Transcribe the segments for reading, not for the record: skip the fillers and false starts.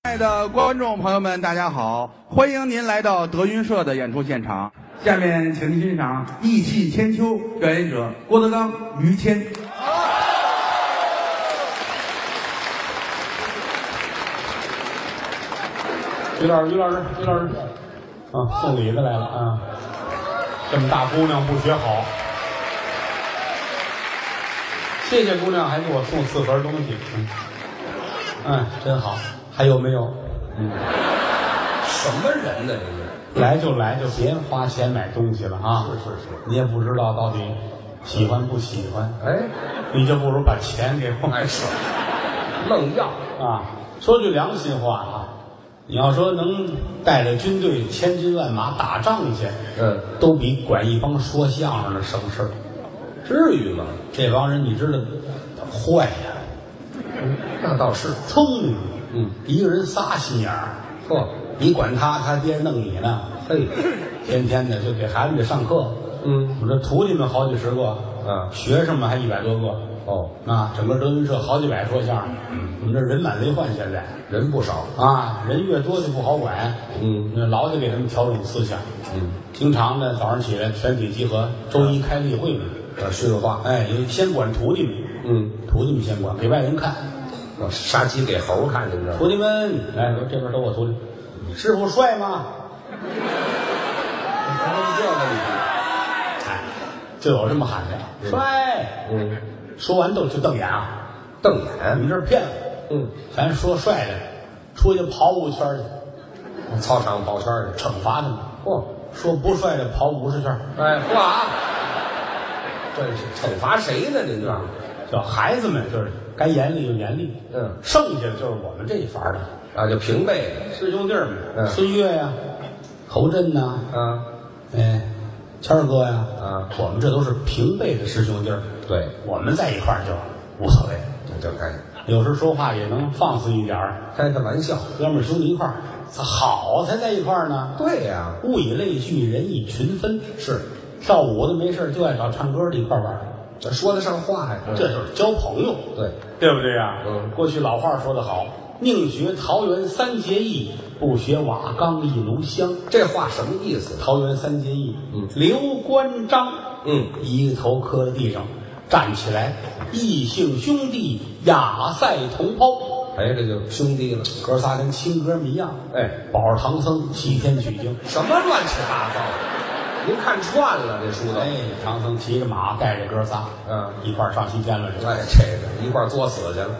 亲爱的观众朋友们，大家好！欢迎您来到德云社的演出现场。下面，请您欣赏《义气千秋》，表演者郭德纲、于谦。 于老师，啊，送礼的来了啊！这么大姑娘不学好，谢谢姑娘，还给我送4盒东西，真好。还有没有？ 什么人呢？这来就来，就别花钱买东西了啊！ 是， 你也不知道到底喜欢不喜欢，你就不如把钱给花。 是，愣要啊！说句良心话啊，你要说能带着军队千军万马打仗去，都比管一帮说相声的省事儿。 至于吗？ 这帮人你知道坏呀， 那倒是聪明。一个人仨心眼儿，你管他爹弄你呢，天天的就给孩子得上课，我这徒弟们好几十个，学生们还100多个，整个德云社好几百说相声，我们这人满为患，现在人不少啊，人越多就不好管，老得给他们调整思想，经常呢早上起来全体集合，周一开例会嘛， 训话， 先管徒弟们，徒弟们先管，给外人看。 杀鸡给猴看见着， 徒弟们，来，这边都我徒弟，师傅帅吗？ 这个问题，就有这么喊的，帅。说完就瞪眼啊， 瞪眼， 你们这是骗我。咱说帅的，出去跑5圈去， 操场跑圈去， 惩罚他们。说不帅的跑50圈。 这是惩罚谁呢？您这叫孩子们就是该严厉就严厉，剩下的就是我们这一番的就平辈的师兄弟们，孙越呀，侯震呐，谦儿哥呀，我们这都是平辈的师兄弟儿， 对， 我们在一块儿就无所谓， 就该有时说话也能放肆一点儿， 开个玩笑， 哥们儿兄弟一块儿，好才在一块儿呢。 对呀， 物以类聚，人以群分， 是跳舞的没事就爱找唱歌的一块玩， 这说得上话呀， 这就是交朋友，对不对呀？过去老话说得好，宁学桃园3结义，不学瓦岗一炉香。 这话什么意思？ 桃园3结义，刘关张，一个头磕在地上，站起来，异姓兄弟，亚赛同胞。 这就兄弟了， 哥仨跟亲哥们一样，保着唐僧西天取经， 什么乱七八糟的？您看串了这书都， 唐僧骑着马带着哥仨，一块上西天了， 这个一块作死去了。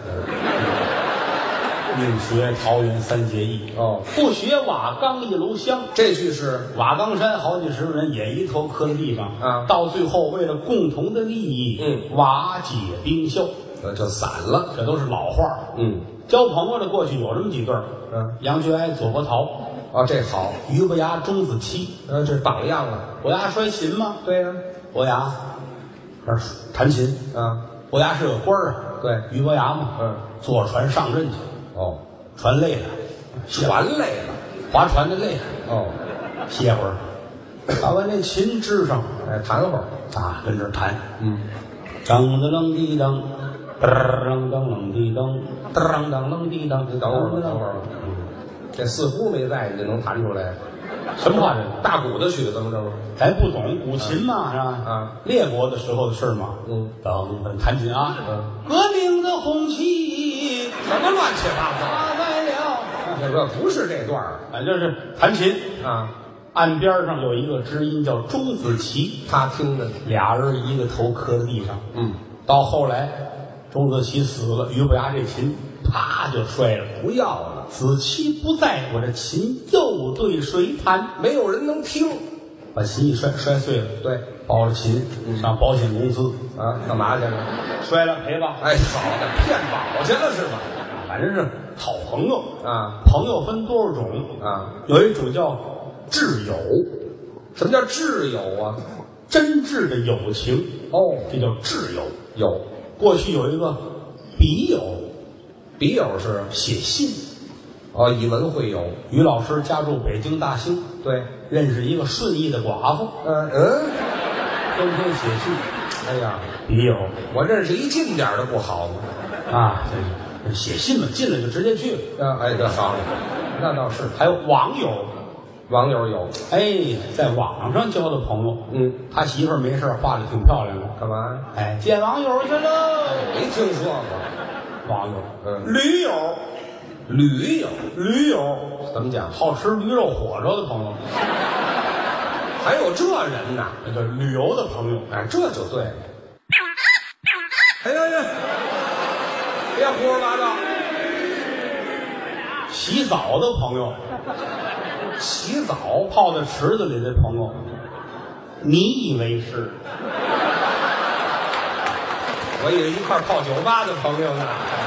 宁学桃园3结义，不学瓦岗一炉香。 这句是瓦岗山好几十个人也一头磕在地上，到最后为了共同的利益，瓦解冰消， 就散了。 这都是老话。交朋友的过去有这么几对儿，杨觉哀、左伯桃。 这好， 俞伯牙、钟子期， 这是榜样啊。 伯牙摔琴吗？ 对呀， 伯牙弹琴伯牙是个官儿对， 俞伯牙嘛，坐船上任去。船累了， 船累了， 划船的累了，歇会儿，把完那琴支上， 弹会儿跟这儿弹，当当啷滴当，当当啷滴当，当当啷滴当。 等会儿，这四胡没在，你就能弹出来？ 什么话这？ 大鼓的曲子吗？这不， 咱不懂古琴嘛，是吧？列国的时候的事嘛。等弹琴啊，革命的红旗， 什么乱七八糟？ 打败了。 这不是这段儿， 反正是弹琴啊。 岸边上有一个知音叫钟子期， 他听着， 俩人一个头磕在地上。到后来，钟子期死了，俞伯牙这琴啪就摔了， 不要了。 子期不在，我这琴又对谁弹？ 没有人能听， 把琴一摔碎了。 对， 抱着琴上保险公司干嘛去了？ 摔了赔吧。 好的，骗保去了是吧？ 反正是好朋友朋友分多少种有一种叫挚友。 什么叫挚友啊？ 真挚的友情这叫挚友。 有， 过去有一个笔友， 笔友是写信以文会友。 于老师家住北京大兴， 对， 认识一个顺义的寡妇，天天写信。 哎呀， 笔友， 我认识一近点的不好吗？ 写信嘛，进来就直接去了。 哎，这好，那倒是。 还有网友， 网友有， 哎，在网上交的朋友，他媳妇儿没事画的挺漂亮的， 干嘛呀？ 哎，见网友去了。 没听说过。 网友，驴友，驴友， 怎么讲？ 好吃驴肉火烧的朋友， 还有这人呢？ 那叫旅游的朋友。 哎，这就对了。哎呀，别胡说八道。 洗澡的朋友， 洗澡泡在池子里的朋友，你以为是？ 我以为一块泡酒吧的朋友呢。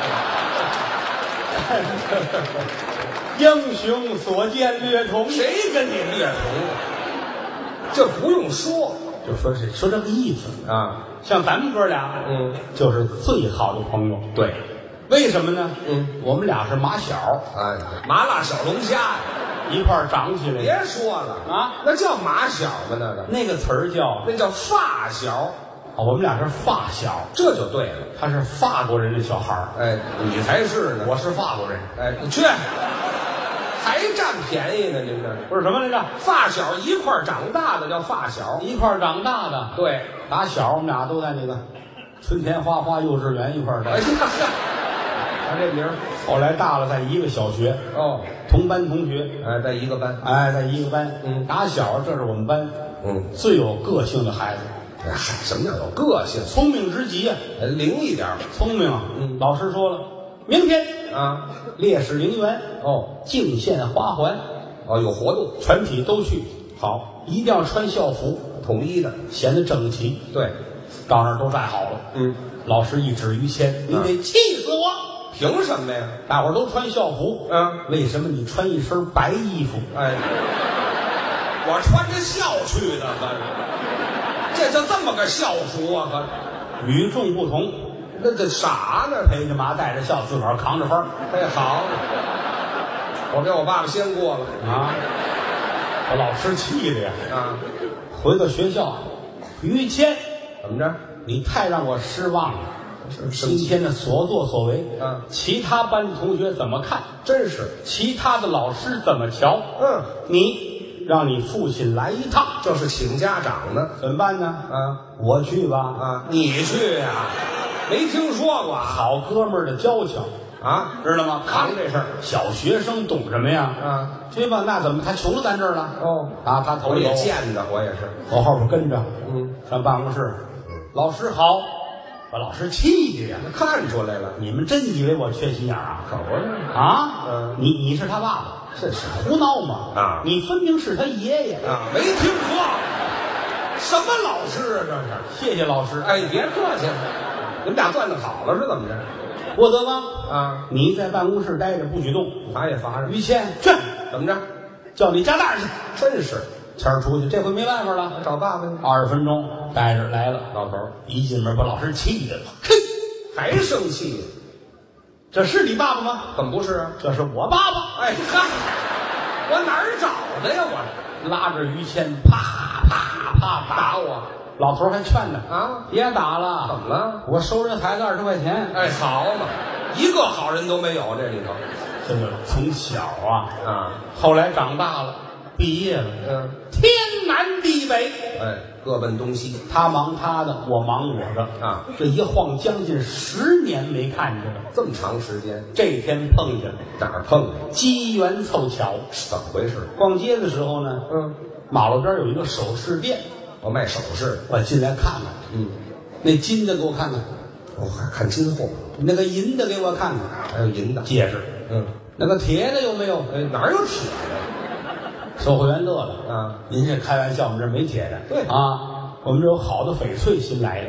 英雄所见略同， 谁跟你略同？这不用说， 就说这个意思啊。 像咱们哥俩，就是最好的朋友。 对， 为什么呢？我们俩是马小， 哎，麻辣小龙虾呀， 一块儿长起来。 别说了啊， 那叫马小吗？ 那个词儿叫那叫发小。 我们俩是发小， 这就对了。 他是法国人的小孩儿， 哎，你才是呢。 我是法国人。 哎，你去，还占便宜呢？您这不是什么来着？ 发小一块儿长大的叫发小， 一块儿长大的。 对， 打小我们俩都在那个春田花花幼稚园一块儿待。 哎呀，他这名儿。 后来大了，在一个小学哦， 同班同学。 哎，在一个班。 哎，在一个班。打小这是我们班最有个性的孩子。 嗨，什么叫有个性？ 聪明之极啊！ 灵一点。 聪明啊！老师说了，明天啊， 烈士陵园敬献花环。 有活动， 全体都去。好，一定要穿校服， 统一的， 显得整齐。 对， 到那儿都站好了。老师一指于谦，你得气死我！ 凭什么呀？ 大伙儿都穿校服，为什么你穿一身白衣服？ 哎，我穿着校去的，这就这么个校服啊！ 与众不同。 那这啥呢？ 背着麻带着笑，自个儿扛着分儿。 哎，好，我跟我爸爸先过了啊！把老师气的呀！ 啊！ 回到学校，于谦， 怎么着？ 你太让我失望了。今天的所作所为，其他班的同学怎么看？ 真是， 其他的老师怎么瞧？你让你父亲来一趟， 这是请家长呢， 怎么办呢？我去吧。 你去呀？没听说过， 好哥们儿的交情啊， 知道吗？ 扛这事儿， 小学生懂什么呀？去吧，那怎么他求了咱这儿了？他头里也见着，我也是， 我后边跟着，上办公室，老师好。把老师气的呀！ 看出来了， 你们真以为我缺心眼啊？ 可不是啊！你是他爸爸， 是胡闹吗？你分明是他爷爷没听说什么老师啊？这是，谢谢老师。 哎，别客气了，你们俩算的好了是怎么着？ 郭德纲你在办公室待着不许动， 罚也罚着。 于谦去， 怎么着？ 叫你家大人去。 真是。 谦儿出去，这回没办法了， 找爸爸。 20分钟带着来了， 老头一进门把老师气的，嘿， 还生气。 这是你爸爸吗？ 怎么不是啊？ 这是我爸爸。 哎嗨，我哪儿找的呀？我拉着于谦，啪啪啪打我。老头还劝他别打了。 怎么了？ 我收人孩子20块钱。 哎，好嘛，一个好人都没有这里头。 这个从小后来长大了。毕业了，天南地北， 哎，各奔东西。 他忙他的，我忙我的这一晃将近10年没看见了， 这么长时间。 这天碰见了， 哪儿碰见？ 机缘凑巧， 怎么回事？ 逛街的时候呢，马路边有一个首饰店， 我卖首饰， 我进来看看，那金的给我看看， 我还看金货， 那个银的给我看看， 还有银的戒指，那个铁的有没有？ 哎，哪有铁的？ 售货员乐了您这开玩笑，我们这没铁的。 对我们这有好的翡翠新来的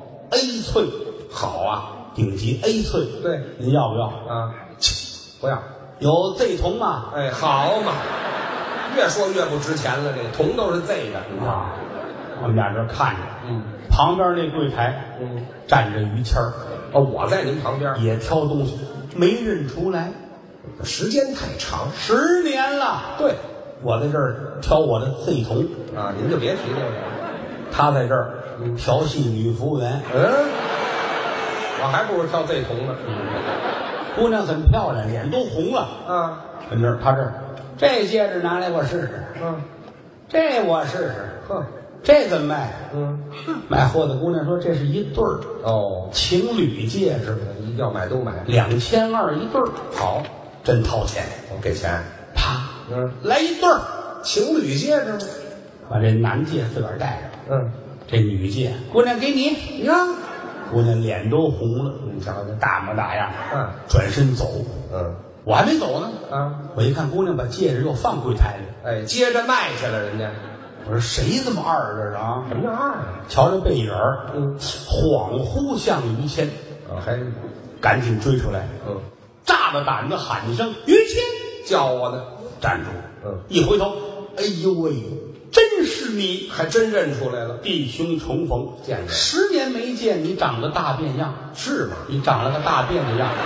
A 翠好顶级 A 翠。 对， 您要不要不要。 有 Z 铜吗？ 哎，好嘛，越说越不值钱了。这个铜都是 Z 的我们俩这看着，旁边那柜台站着于谦儿， 我在您旁边也挑东西，没认出来， 时间太长 ，10年了。 对。 我在这儿挑我的 Z 铜您就别提这个。 他在这儿调戏女服务员。 我还不如挑 Z 铜呢。 姑娘很漂亮，脸都红了。 啊， 跟这儿，他这儿，这戒指拿来我试试。这我试试。 呵， 这怎么卖？卖货的姑娘说这是一对儿哦， 情侣戒指， 要买都买。 2200一对儿。 好， 真掏钱， 我给钱。 啪，来一对儿， 情侣戒指吗？ 把这男戒自个儿戴着，这女戒，姑娘给你， 你看， 姑娘脸都红了， 你瞧瞧， 大模大样， 转身走，我还没走呢， 我一看姑娘把戒指又放柜台里， 哎，接着卖去了，人家。 我说谁这么二这是啊？ 什么叫二啊？ 瞧这背影儿，恍惚像于谦， 还赶紧追出来，炸了胆子喊一声于谦， 叫我呢， 站住，一回头，哎呦喂，真是你， 还真认出来了， 弟兄重逢， 见着 10年没见，你长得大变样， 是吗？ 你长了个大变的样，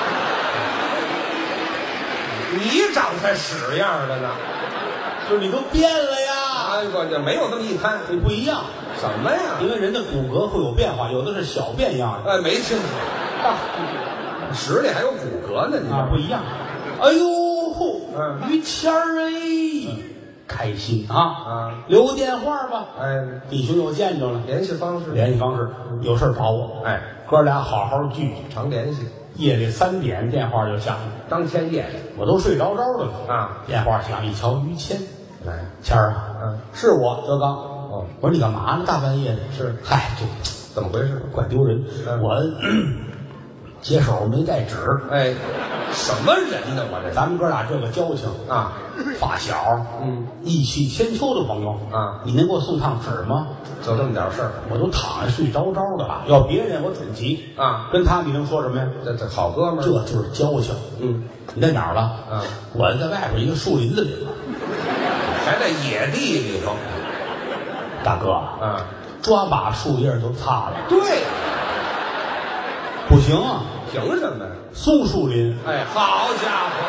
你长才屎样的呢， 就是你都变了呀！ 哎呦，这没有这么一摊， 这不一样， 什么呀？ 因为人的骨骼会有变化，有的是小变样， 哎，没听说，屎里还有骨骼呢，你不一样。哎呦，于谦儿哎，开心啊！留个电话吧， 哎， 弟兄又见着了， 联系方式， 有事找我， 哎， 哥俩好好聚聚， 常联系。 夜里3点电话就响了， 当天夜里我都睡着的了啊！ 电话响，一瞧于谦， 来， 谦儿啊，是我德刚。我说你干嘛呢？大半夜的。 是， 嗨，这怎么回事？ 怪丢人。我解手没带纸。 哎，什么人呢？我这咱们哥俩这个交情啊， 发小，义气千秋的朋友啊， 你能给我送趟纸吗？ 就这么点事儿， 我都躺下睡着的了。要别人我准急啊， 跟他你能说什么呀？ 这好哥们儿， 这就是交情。你在哪儿了？ 啊， 我在外边一个树林子里了， 还在野地里头。 大哥啊， 抓把树叶都擦了。 对， 不行啊， 凭什么呀？ 松树林。 哎，好家伙！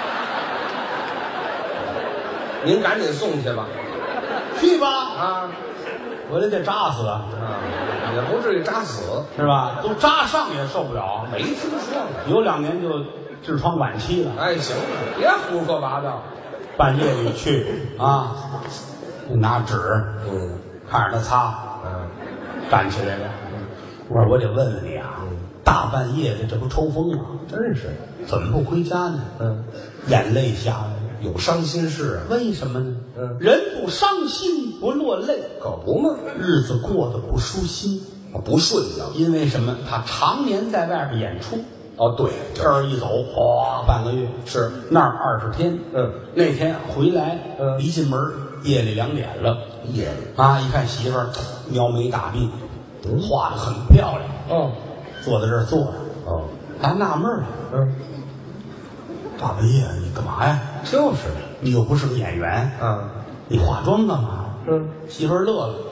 您赶紧送去吧。 去吧啊， 我这得扎死啊！ 也不至于扎死， 是吧？都扎上也受不了。 没听说过。 有2年就痔疮晚期了。 哎，行了，别胡说八道。 半夜里去啊，拿纸，看着他擦，站起来了。我说我得问问你啊，大半夜的这不抽风吗？ 真是， 怎么不回家呢？眼泪下来了， 有伤心事啊？ 为什么呢？人不伤心不落泪， 可不嘛， 日子过得不舒心， 不顺当。 因为什么？他常年在外边演出。 哦，对， 这儿一走，哗，半个月是那儿20天。那天回来，一进门夜里2点了。 夜里啊，一看媳妇儿描眉大鬓，画得很漂亮。坐在这儿坐着。还纳闷了。大半夜你干嘛呀？ 就是， 你又不是个演员啊， 你化妆干嘛？媳妇儿乐了。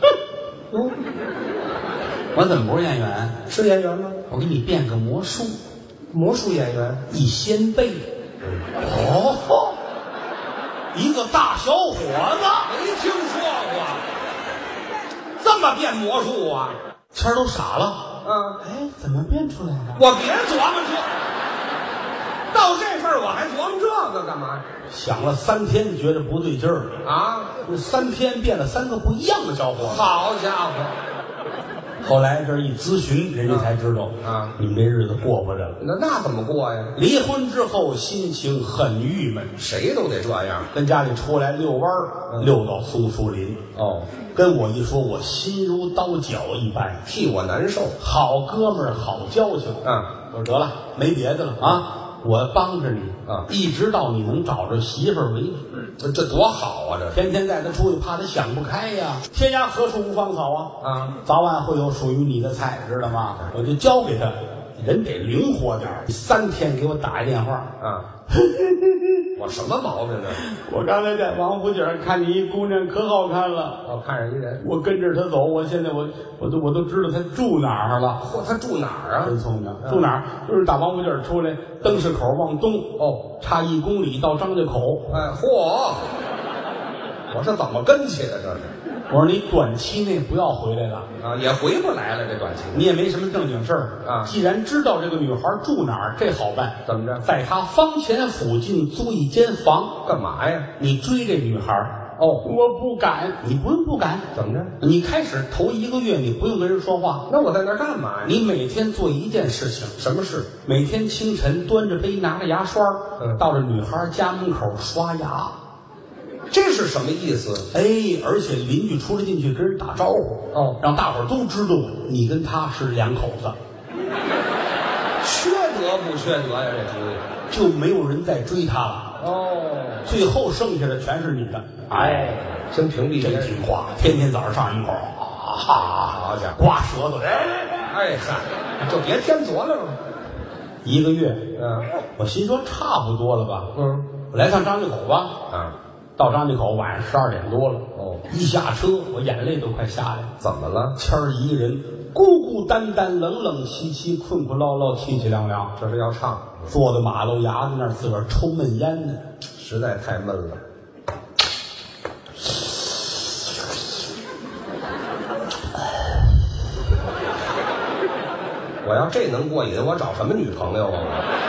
我怎么不是演员？ 是演员吗？ 我给你变个魔术， 魔术演员。 一掀被，一个大小伙子， 没听说过，这么变魔术啊？ 谦儿都傻了。哎，怎么变出来的？ 我别琢磨这，到这份儿我还琢磨这个干嘛？ 想了3天，觉得不对劲儿啊！ 这3天变了3个不一样的小伙子。 好家伙！ 后来这一咨询，人家才知道你们这日子过不得了。 那怎么过呀？ 离婚之后心情很郁闷， 谁都得这样。 跟家里出来遛弯儿，溜到松树林。跟我一说，我心如刀绞一般， 替我难受。 好哥们儿，好交情。我说得了，没别的了啊，我帮着你一直到你能找着媳妇儿为止。 这多好啊！这天天带他出去，怕他想不开呀。天涯何处无芳草啊！早晚会有属于你的菜，知道吗？我就教给他，人得灵活点3天给我打一电话我什么毛病呢？ 我刚才在王府井看你一姑娘可好看了， 看上一人， 我跟着她走，我现在我都知道她住哪儿了。 嚯，她住哪儿啊？ 真聪明，住哪儿？就是打王府井出来，灯市口往东，差1公里到张家口。 嚯！我是怎么跟去的？这是我说你短期内不要回来了啊，也回不来了。这短期你也没什么正经事儿啊。 既然知道这个女孩住哪儿，这好办。 怎么着？ 在她房前附近租一间房。 干嘛呀？ 你追这女孩。 哦， 我不敢。你不用不敢。 怎么着？ 你开始头1个月你不用跟人说话。 那我在那儿干嘛呀？ 你每天做一件事情。 什么事？ 每天清晨端着杯拿着牙刷，到这女孩家门口刷牙。 这是什么意思？ 哎，而且邻居出来进去跟人打招呼哦， 让大伙儿都知道你跟他是2口子。 缺德不缺德呀？这主意就没有人再追他了。 哦， 最后剩下的全是你的。哎， 真屏蔽， 真听话，天天早上上门口，好家伙，刮舌头。 哎嗨，就别添琢了嘛。 1个月，我心说差不多了吧。我来趟张家口吧。到张家口晚上12点多了。哦，一下车我眼泪都快下来了。 怎么了？ 谦儿一个人孤孤单单、冷冷凄凄、困困唠唠、凄凄凉凉， 这是要唱， 坐在马路牙子那儿自个儿抽闷烟呢， 实在太闷了。我要这能过瘾，我找什么女朋友啊？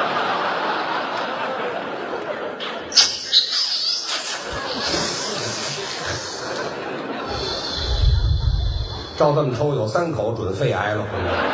照这么抽，有3口准肺癌了。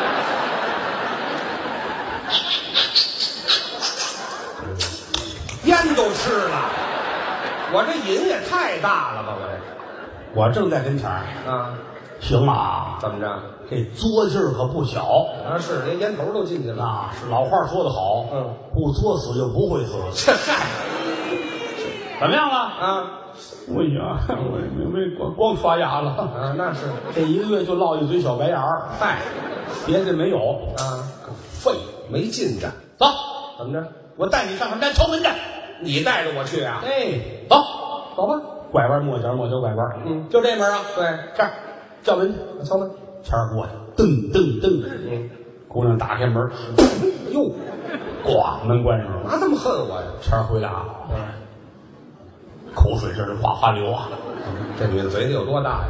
烟都吃了，我这瘾也太大了吧！ 我正在跟前儿啊， 行啊， 怎么着？ 这作劲儿可不小啊！是连烟头都进去了。 那是老话说得好，不作死就不会死。 这嗨， 怎么样了啊？ 哎呀，我没光刷牙了啊！那是这1个月就落一嘴小白眼儿， 嗨， 别的没有啊， 废没进展。 走， 怎么着？ 我带你上他们家敲门去。 你带着我去啊？ 哎，走， 走吧。 拐弯抹角拐弯，就这门啊。 对， 这儿叫门， 敲门。 谦儿过去，噔噔噔，姑娘打开门，哟，咣，门关上了。 嘛这么恨我呀？ 谦儿回来啊，口水这是哗哗流啊。 这女的嘴里有多大呀？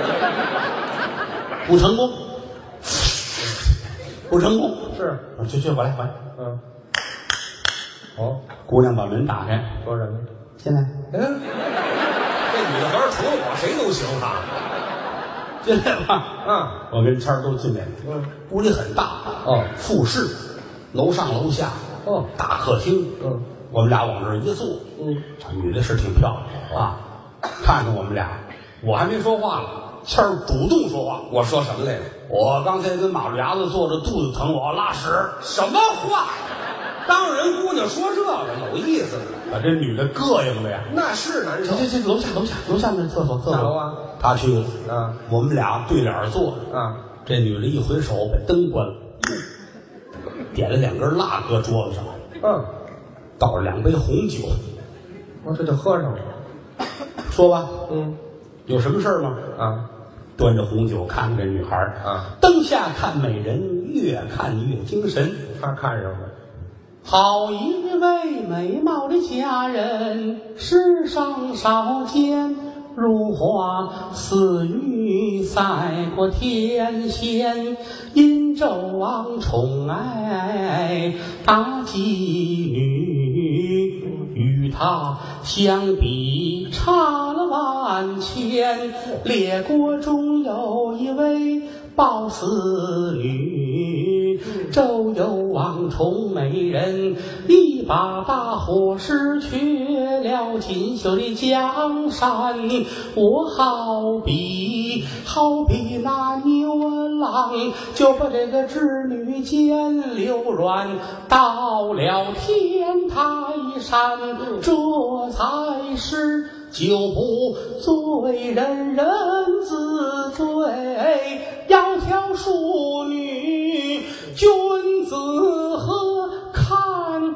不成功，不成功。 是， 去，我来。 哦， 姑娘把门打开， 说什么？ 进来。 这女的合着除了我谁都行哈。 进来吧。我跟谦儿都进来了。屋里很大。复式，楼上楼下。大客厅。我们俩往这儿一坐。这女的是挺漂亮啊。看看我们俩，我还没说话呢，谦儿主动说话。 我说什么来着？ 我刚才跟马路牙子坐着，肚子疼，我要拉屎。 什么话？当着人姑娘说这个有意思， 把这女的膈应的呀。 那是难受。 这楼下那厕所下楼啊。 他去了。我们俩对脸坐着。这女的一回手把灯关了，点了2根蜡搁桌子上。倒了2杯红酒。 我这就喝上了。 说吧。有什么事吗？端着红酒看这女孩灯下看美人，越看越精神。 他看上了。 好一位美貌的佳人，世上少见，如花似玉赛过天仙，因纣王宠爱大妓女，与她相比差了万千。列国中有一位褒姒女，周幽王宠美人，一把大火失去了锦绣的江山。我好比那牛郎，就把这个织女间流软到了天台山，这才是酒不醉人人自醉，窈窕淑女君子何堪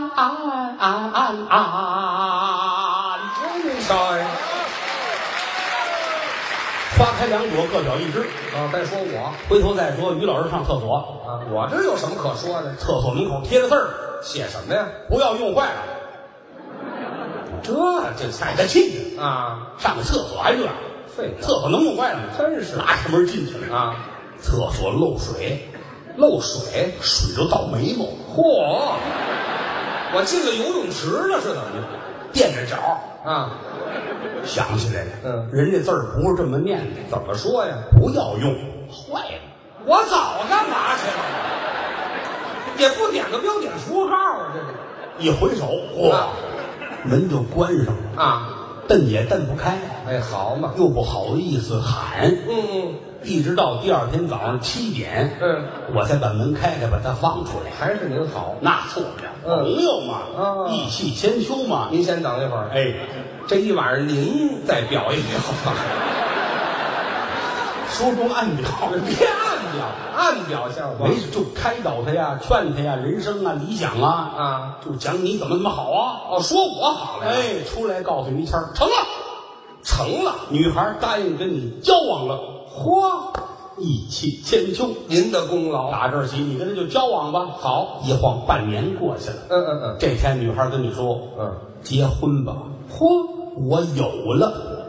花开2朵，各表一枝。 再说我， 回头再说于老师上厕所我这有什么可说的？ 厕所门口贴着字儿， 写什么呀？ 不要用坏了。 这踩着气啊！ 上个厕所还这样， 废话，厕所能弄坏了吗？ 真是拉开门进去了啊！ 厕所漏水， 漏水， 水都到眉毛， 嚯！我进了游泳池了，是怎么着？ 垫着脚啊！ 想起来了，人家字儿不是这么念的， 怎么说呀？ 不要用，坏了。 我早干嘛去了？也不点个标点符号啊！这是一回手，哇，门就关上了啊， 蹬也蹬不开。 哎，好嘛， 又不好意思喊，一直到第二天早上7点，我才把门开开，把他放出来。 还是您好， 那错不了，朋友嘛，义气千秋嘛。 您先等一会儿， 哎， 这一晚上您再表一表， 说中暗表， 别暗表像话， 没事就开导他呀，劝他呀，人生啊，理想啊，就讲你怎么好啊。 哦，说我好了， 哎，出来告诉于谦儿， 成了， 女孩答应跟你交往了， 嚯， 义气千秋， 您的功劳。 打这儿起，你跟他就交往吧。好，一晃半年过去了，这天女孩跟你说，结婚吧。 嚯， 我有了。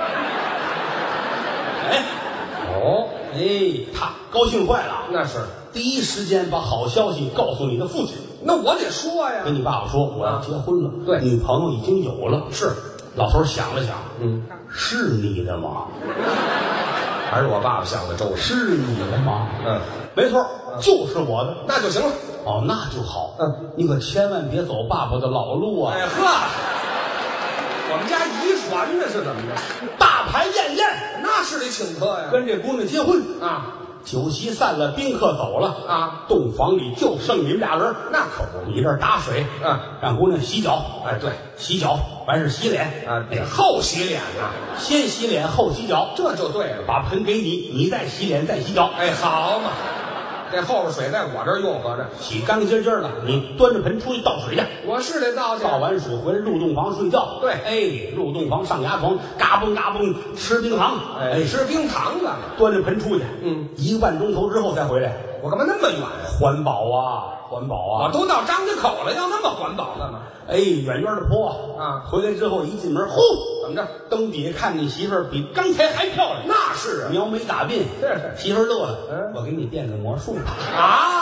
他高兴坏了， 那是第一时间把好消息告诉你的父亲。 那我得说呀， 跟你爸爸说我要结婚了， 对， 女朋友已经有了。 是， 老头想了想，是你的吗？ 还是我爸爸想的周是你的吗？没错，就是我的， 那就行了。 哦，那就好。你可千万别走爸爸的老路啊！ 哎呵，我们家遗传的是怎么着？ 大排宴宴， 那是得请客呀， 跟这姑娘结婚啊。 酒席散了，宾客走了啊， 洞房里就剩你们俩人。 那可不， 你这儿打水，让姑娘洗脚。 哎，对， 洗脚完事洗脸啊，后洗脸呐， 先洗脸后洗脚， 这就对了。 把盆给你，你再洗脸再洗脚。 哎，好嘛，这后边水在我这儿用合着， 洗干干净净的，你端着盆出去倒水去。 我是得倒去， 倒完水回来入洞房睡觉。 对， 哎，入洞房上牙床，嘎嘣嘎嘣吃冰糖。 哎，吃冰糖了， 端着盆出去。1个半钟头之后再回来。 我干嘛那么远？ 环保啊，环保啊！ 我都到张家口了，要那么环保干嘛？ 哎，远远的泼啊！ 回来之后一进门，呼， 怎么着？ 灯底下看你媳妇儿比刚才还漂亮。 那是描眉打鬓， 是媳妇儿乐了。我给你变个魔术吧。 啊！